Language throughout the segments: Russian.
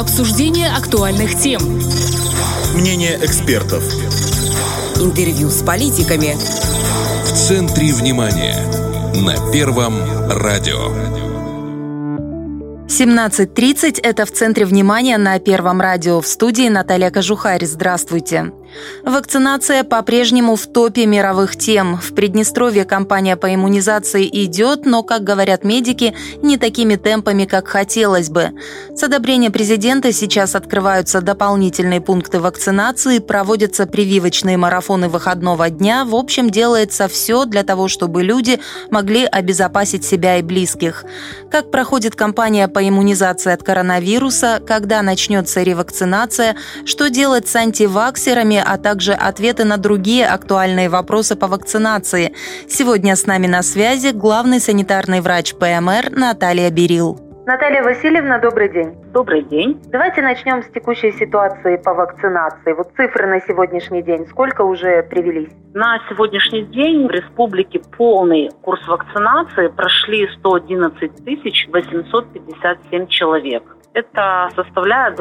Обсуждение актуальных тем. Мнение экспертов. Интервью с политиками. В центре внимания. На Первом радио. 17:30 – это «В центре внимания» на Первом радио. В студии Наталья Кожухарь. Здравствуйте. Вакцинация по-прежнему в топе мировых тем. В Приднестровье кампания по иммунизации идет, но, как говорят медики, не такими темпами, как хотелось бы. С одобрения президента сейчас открываются дополнительные пункты вакцинации, проводятся прививочные марафоны выходного дня. В общем, делается все для того, чтобы люди могли обезопасить себя и близких. Как проходит кампания по иммунизации от коронавируса, когда начнется ревакцинация, что делать с антиваксерами, а также ответы на другие актуальные вопросы по вакцинации. Сегодня с нами на связи главный санитарный врач ПМР Наталья Берил. Наталья Васильевна, добрый день. Добрый день. Давайте начнем с текущей ситуации по вакцинации. Вот цифры на сегодняшний день, сколько уже привились? На сегодняшний день в республике полный курс вакцинации прошли 111 857 человек. Это составляет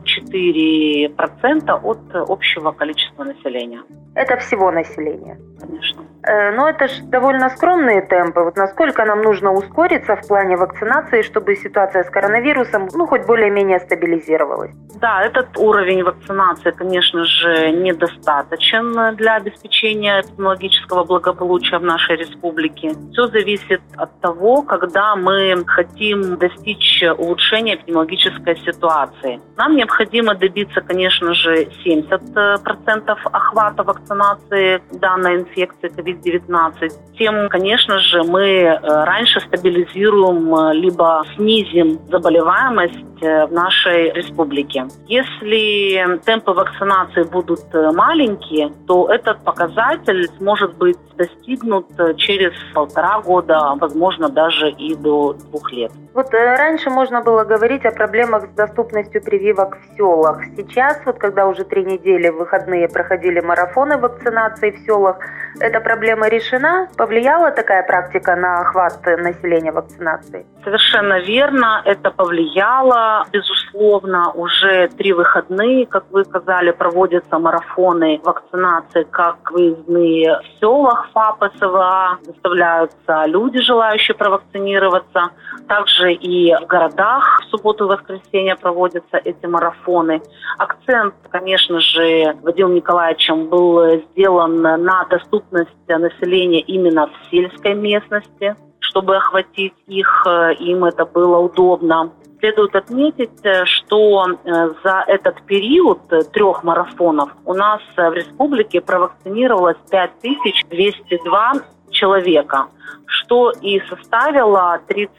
24% от общего количества населения. Это всего населения? Конечно. Но это же довольно скромные темпы. Вот насколько нам нужно ускориться в плане вакцинации, чтобы ситуация с коронавирусом, хоть более-менее стабилизировалась? Да, этот уровень вакцинации, конечно же, недостаточен для обеспечения эпидемиологического благополучия в нашей республике. Все зависит от того, когда мы хотим достичь улучшения эпидемиологической ситуации. Нам необходимо добиться, конечно же, 70% охвата вакцинации данной инфекции COVID-19. Тем, конечно же, мы раньше стабилизируем либо снизим заболеваемость в нашей республике. Если темпы вакцинации будут маленькие, то этот показатель сможет быть достигнут через 1,5 года, возможно, даже и до 2 лет. Вот раньше можно было говорить о проблемах с доступностью прививок в селах. Сейчас, когда уже 3 недели в выходные проходили марафоны вакцинации в селах, эта проблема решена? Повлияла такая практика на охват населения вакцинацией? Совершенно верно, это повлияло. Безусловно, уже 3 выходные, как вы сказали, проводятся марафоны вакцинации, как выездные в селах ФАП, СВА, заставляются люди, желающие провакцинироваться. Также и в городах в субботу и воскресенье проводятся эти марафоны. Акцент, конечно же, Вадимом Николаевичем был сделан на доступность населения именно в сельской местности, чтобы охватить их, им это было удобно. Следует отметить, что за этот период 3 марафонов у нас в республике провакцинировалось 5202 человека, что и составило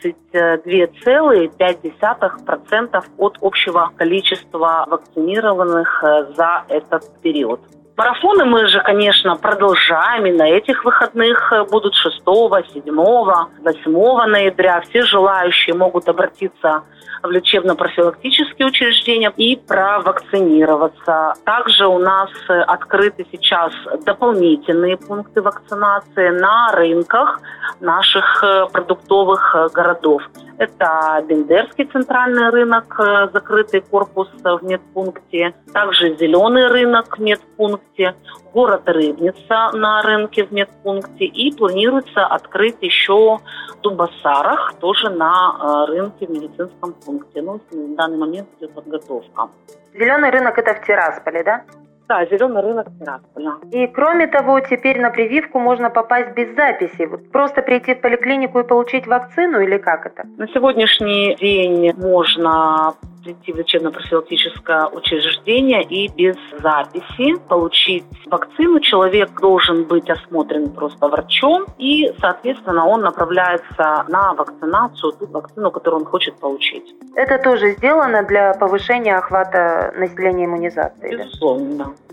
32,5% от общего количества вакцинированных за этот период. Марафоны мы же, конечно, продолжаем, и на этих выходных будут 6, 7, 8 ноября. Все желающие могут обратиться в лечебно-профилактические учреждения и провакцинироваться. Также у нас открыты сейчас дополнительные пункты вакцинации на рынках наших продуктовых городов. Это Бендерский центральный рынок, закрытый корпус в медпункте, также Зеленый рынок в медпункте, город Рыбница на рынке в медпункте, и планируется открыть еще в Дубасарах, тоже на рынке в медицинском пункте. В данный момент идет подготовка. Зеленый рынок – это в Тирасполе, да? Да, Зеленый рынок Тирасполя. И кроме того, теперь на прививку можно попасть без записи. Просто прийти в поликлинику и получить вакцину, или как это? На сегодняшний день можно прийти в лечебно-профилактическое учреждение и без записи получить вакцину. Человек должен быть осмотрен просто врачом, и, соответственно, он направляется на вакцинацию, ту вакцину, которую он хочет получить. Это тоже сделано для повышения охвата населения иммунизацией? Безусловно, да.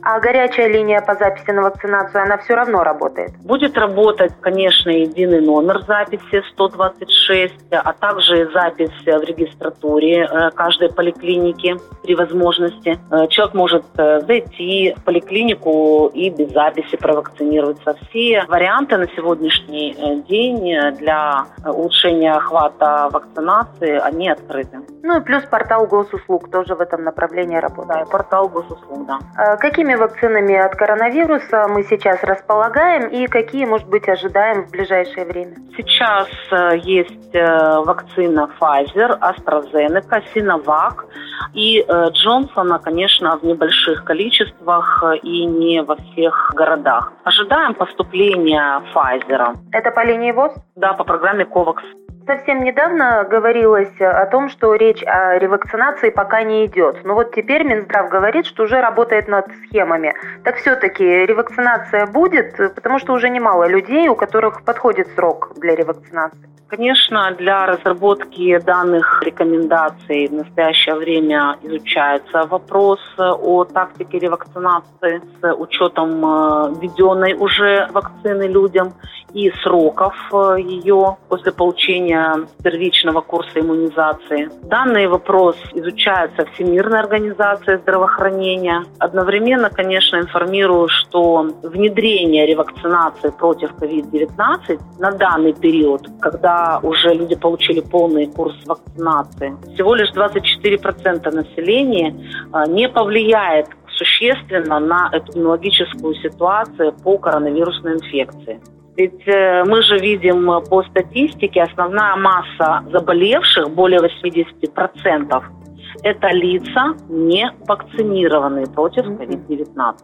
А горячая линия по записи на вакцинацию, она все равно работает? Будет работать, конечно, единый номер записи 126, а также и запись в регистратуре каждой поликлиники при возможности. Человек может зайти в поликлинику и без записи провакцинироваться. Все варианты на сегодняшний день для улучшения охвата вакцинации, они открыты. Ну и плюс портал госуслуг тоже в этом направлении работает. Да, портал госуслуг, да. Какими вакцинами от коронавируса мы сейчас располагаем и какие, может быть, ожидаем в ближайшее время? Сейчас есть вакцина Pfizer, AstraZeneca, Sinovac и Джонсона, конечно, в небольших количествах и не во всех городах. Ожидаем поступления Pfizer. Это по линии ВОЗ? Да, по программе COVAX. Совсем недавно говорилось о том, что речь о ревакцинации пока не идет. Но вот теперь Минздрав говорит, что уже работает над схемами. Так все-таки ревакцинация будет, потому что уже немало людей, у которых подходит срок для ревакцинации. Конечно, для разработки данных рекомендаций в настоящее время изучается вопрос о тактике ревакцинации с учетом введенной уже вакцины людям и сроков ее после получения первичного курса иммунизации. Данный вопрос изучается Всемирной организацией здравоохранения. Одновременно, конечно, информирую, что внедрение ревакцинации против COVID-19 на данный период, когда уже люди получили полный курс вакцинации, всего лишь 24% населения не повлияет существенно на эпидемиологическую ситуацию по коронавирусной инфекции. Ведь мы же видим по статистике, основная масса заболевших, более 80%, это лица не вакцинированные против COVID-19.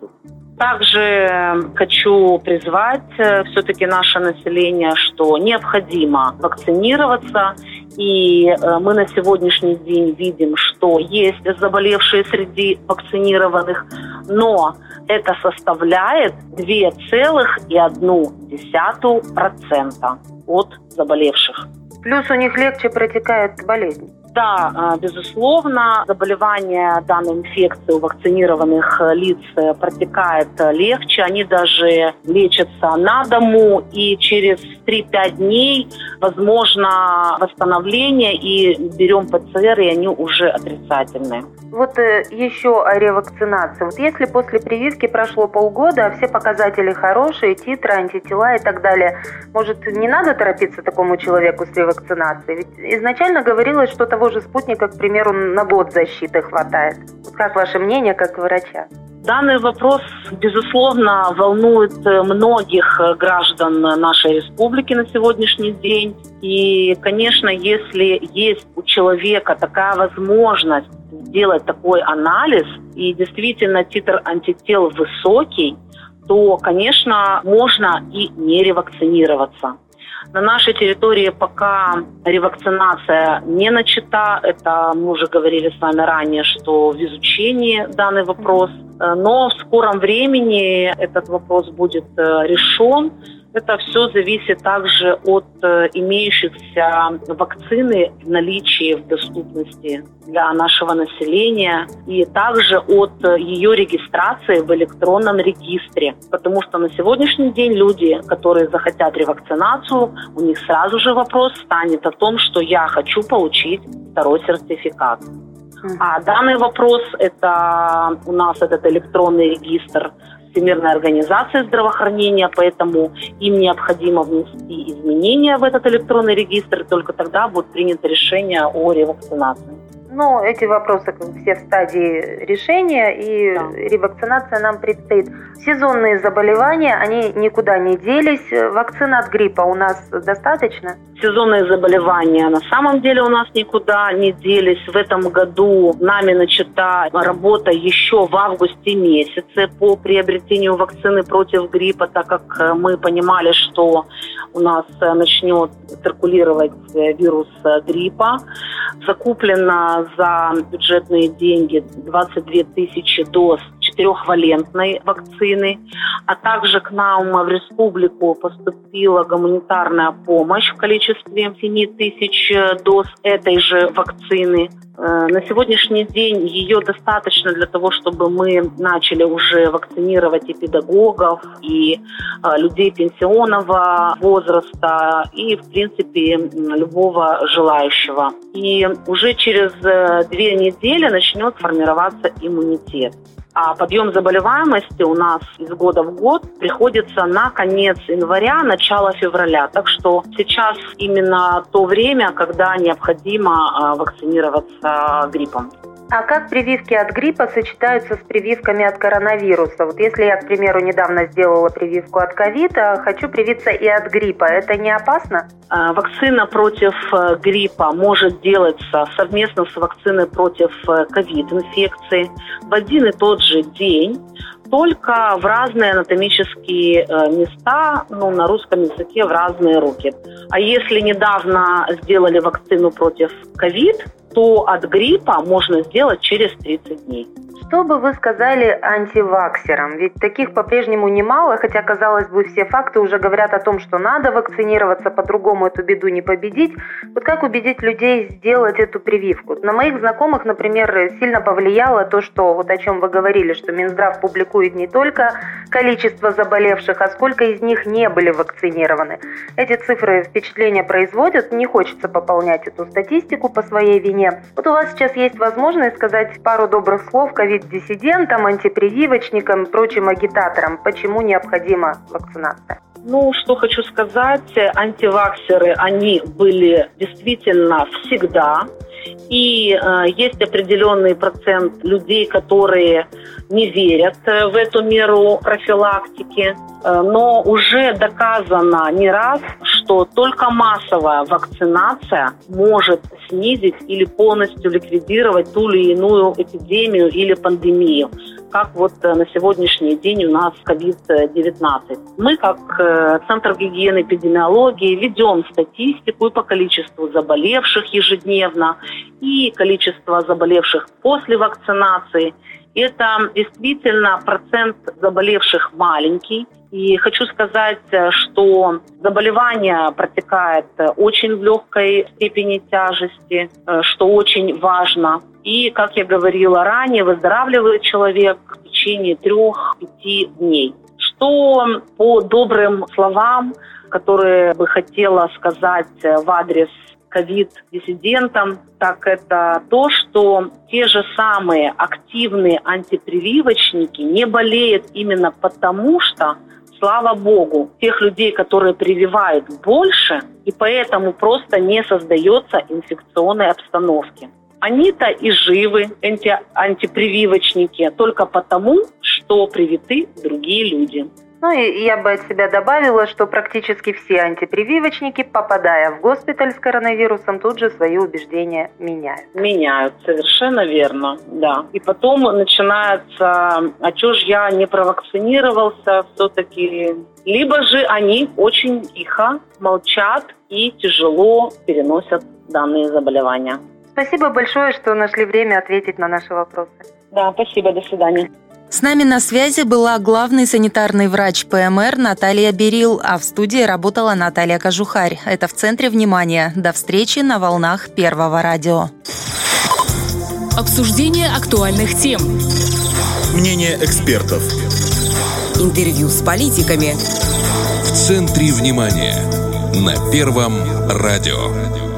Также хочу призвать все-таки наше население, что необходимо вакцинироваться. И мы на сегодняшний день видим, что есть заболевшие среди вакцинированных, но это составляет 2,1% от заболевших. Плюс у них легче протекает болезнь. Да, безусловно, заболевание данной инфекцией у вакцинированных лиц протекает легче. Они даже лечатся на дому, и через 3-5 дней возможно восстановление, и берем ПЦР, и они уже отрицательные. Вот еще о ревакцинации. Вот если после прививки прошло полгода, а все показатели хорошие, титры, антитела и так далее, может, не надо торопиться такому человеку с ревакцинацией? Ведь изначально говорилось, что того же спутника, к примеру, на год защиты хватает. Вот как ваше мнение, как врача? Данный вопрос, безусловно, волнует многих граждан нашей республики на сегодняшний день. И, конечно, если есть у человека такая возможность сделать такой анализ, и действительно титр антител высокий, то, конечно, можно и не ревакцинироваться. На нашей территории пока ревакцинация не начата. Это мы уже говорили с вами ранее, что в изучении данный вопрос. Но в скором времени этот вопрос будет решен. Это все зависит также от имеющихся вакцины в наличии, в доступности для нашего населения, и также от ее регистрации в электронном регистре. Потому что на сегодняшний день люди, которые захотят ревакцинацию, у них сразу же вопрос станет о том, что я хочу получить второй сертификат. А данный вопрос, это у нас этот электронный регистр Всемирной организации здравоохранения, поэтому им необходимо внести изменения в этот электронный регистр, и только тогда будет принято решение о ревакцинации. Но эти вопросы все в стадии решения, и ревакцинация нам предстоит. Сезонные заболевания, они никуда не делись. Вакцина от гриппа у нас достаточно? Сезонные заболевания на самом деле у нас никуда не делись. В этом году нами начата работа еще в августе месяце по приобретению вакцины против гриппа, так как мы понимали, что у нас начнет циркулировать вирус гриппа. Закуплено за бюджетные деньги 22 тысячи доз 4-валентной вакцины, а также к нам в республику поступила гуманитарная помощь в количестве 7 тысяч доз этой же вакцины. На сегодняшний день ее достаточно для того, чтобы мы начали уже вакцинировать и педагогов, и людей пенсионного возраста, и, в принципе, любого желающего. И уже через 2 недели начнет формироваться иммунитет. А подъем заболеваемости у нас из года в год приходится на конец января, начало февраля. Так что сейчас именно то время, когда необходимо вакцинироваться гриппом. А как прививки от гриппа сочетаются с прививками от коронавируса? Вот если я, к примеру, недавно сделала прививку от ковида, хочу привиться и от гриппа, это не опасно? Вакцина против гриппа может делаться совместно с вакциной против ковид-инфекции в один и тот же день, только в разные анатомические места, на русском языке в разные руки. А если недавно сделали вакцину против ковид, то от гриппа можно сделать через 30 дней. Что бы вы сказали антиваксерам? Ведь таких по-прежнему немало, хотя, казалось бы, все факты уже говорят о том, что надо вакцинироваться, по-другому эту беду не победить. Вот как убедить людей сделать эту прививку? На моих знакомых, например, сильно повлияло то, что, вот о чем вы говорили, что Минздрав публикует не только количество заболевших, а сколько из них не были вакцинированы. Эти цифры впечатления производят, не хочется пополнять эту статистику по своей вине. Вот у вас сейчас есть возможность сказать пару добрых слов ковид-диссидентам, антипрививочникам, прочим агитаторам, почему необходима вакцинация? Что хочу сказать, антиваксеры, они были действительно всегда. И есть определенный процент людей, которые не верят в эту меру профилактики. Но уже доказано не раз, что только массовая вакцинация может снизить или полностью ликвидировать ту или иную эпидемию или пандемию, как вот на сегодняшний день у нас COVID-19. Мы, как Центр гигиены и эпидемиологии, ведем статистику и по количеству заболевших ежедневно, и количество заболевших после вакцинации. Это действительно процент заболевших маленький. И хочу сказать, что заболевание протекает очень в легкой степени тяжести, что очень важно. И, как я говорила ранее, выздоравливает человек в течение 3-5 дней. Что по добрым словам, которые бы хотела сказать в адрес ковид-диссидентам, так это то, что те же самые активные антипрививочники не болеют именно потому, что, слава богу, тех людей, которые прививают, больше, и поэтому просто не создается инфекционной обстановки. Они-то и живы, антипрививочники, только потому, что привиты другие люди. И я бы от себя добавила, что практически все антипрививочники, попадая в госпиталь с коронавирусом, тут же свои убеждения меняют. Меняют, совершенно верно, да. И потом начинается, а чё ж я не провакцинировался все-таки. Либо же они очень тихо молчат и тяжело переносят данные заболевания. Спасибо большое, что нашли время ответить на наши вопросы. Да, спасибо, до свидания. С нами на связи была главный санитарный врач ПМР Наталья Берил, а в студии работала Наталья Кожухарь. Это в центре внимания. До встречи на волнах Первого радио. Обсуждение актуальных тем. Мнение экспертов. Интервью с политиками. В центре внимания. На Первом радио.